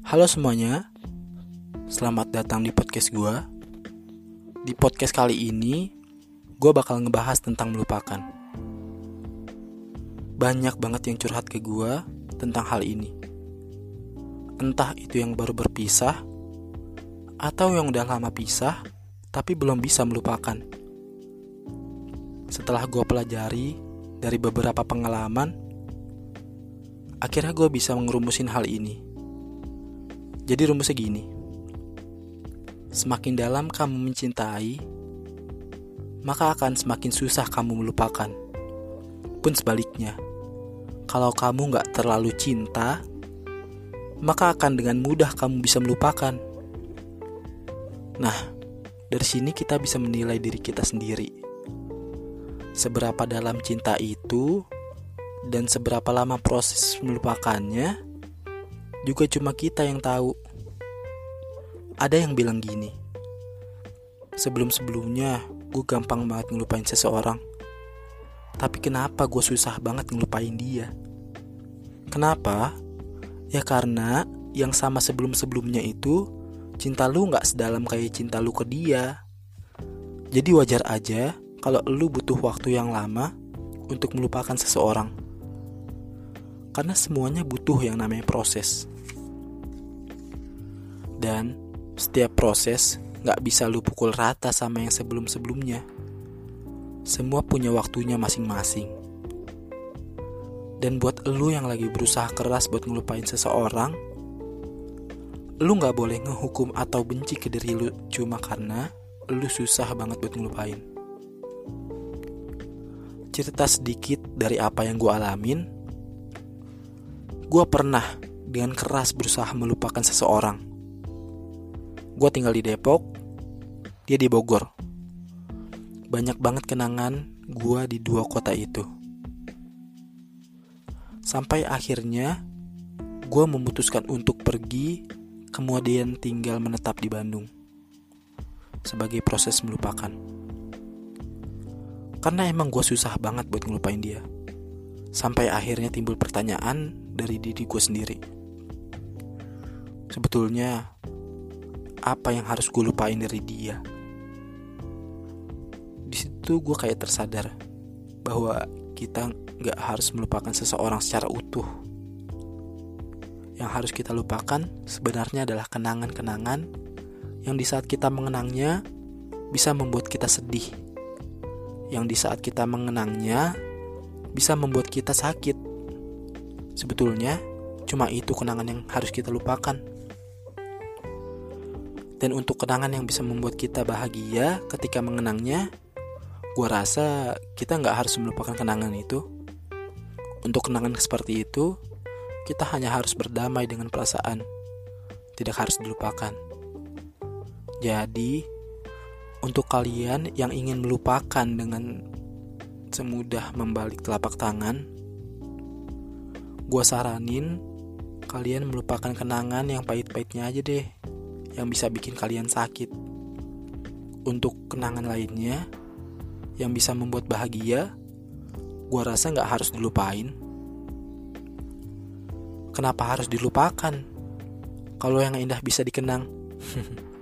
Halo semuanya, selamat datang di podcast gue. Di podcast kali ini, gue bakal ngebahas tentang melupakan. Banyak banget yang curhat ke gue tentang hal ini. Entah itu yang baru berpisah, atau yang udah lama pisah, tapi belum bisa melupakan. Setelah gue pelajari dari beberapa pengalaman, akhirnya gue bisa ngerumusin hal ini. Jadi rumusnya gini, semakin dalam kamu mencintai, maka akan semakin susah kamu melupakan. Pun sebaliknya, kalau kamu gak terlalu cinta, maka akan dengan mudah kamu bisa melupakan. Nah, dari sini kita bisa menilai diri kita sendiri. Seberapa dalam cinta itu, dan seberapa lama proses melupakannya, juga cuma kita yang tahu. Ada yang bilang gini, sebelum-sebelumnya gue gampang banget ngelupain seseorang, tapi kenapa gue susah banget ngelupain dia? Kenapa? Ya karena yang sama sebelum-sebelumnya itu cinta lu gak sedalam kayak cinta lu ke dia. Jadi wajar aja kalau lu butuh waktu yang lama untuk melupakan seseorang. Karena semuanya butuh yang namanya proses. Dan setiap proses gak bisa lu pukul rata sama yang sebelum-sebelumnya. Semua punya waktunya masing-masing. Dan buat lu yang lagi berusaha keras buat ngelupain seseorang, lu gak boleh ngehukum atau benci ke diri lu cuma karena lu susah banget buat ngelupain. Cerita sedikit dari apa yang gue alamin. Gue pernah dengan keras berusaha melupakan seseorang. Gue tinggal di Depok, dia di Bogor. Banyak banget kenangan gue di dua kota itu. Sampai akhirnya gue memutuskan untuk pergi, kemudian tinggal menetap di Bandung sebagai proses melupakan. Karena emang gue susah banget buat ngelupain dia. Sampai akhirnya timbul pertanyaan dari diri gue sendiri. Sebetulnya apa yang harus gue lupain dari dia? Di situ gue kayak tersadar bahwa kita gak harus melupakan seseorang secara utuh. Yang harus kita lupakan sebenarnya adalah kenangan-kenangan yang di saat kita mengenangnya bisa membuat kita sedih. Yang di saat kita mengenangnya bisa membuat kita sakit. Sebetulnya cuma itu kenangan yang harus kita lupakan. Dan untuk kenangan yang bisa membuat kita bahagia ketika mengenangnya, gue rasa kita gak harus melupakan kenangan itu. Untuk kenangan seperti itu, kita hanya harus berdamai dengan perasaan, tidak harus dilupakan. Jadi, untuk kalian yang ingin melupakan dengan semudah membalik telapak tangan, gue saranin kalian melupakan kenangan yang pahit-pahitnya aja deh, yang bisa bikin kalian sakit. Untuk kenangan lainnya yang bisa membuat bahagia, gua rasa gak harus dilupain. Kenapa harus dilupakan kalau yang indah bisa dikenang?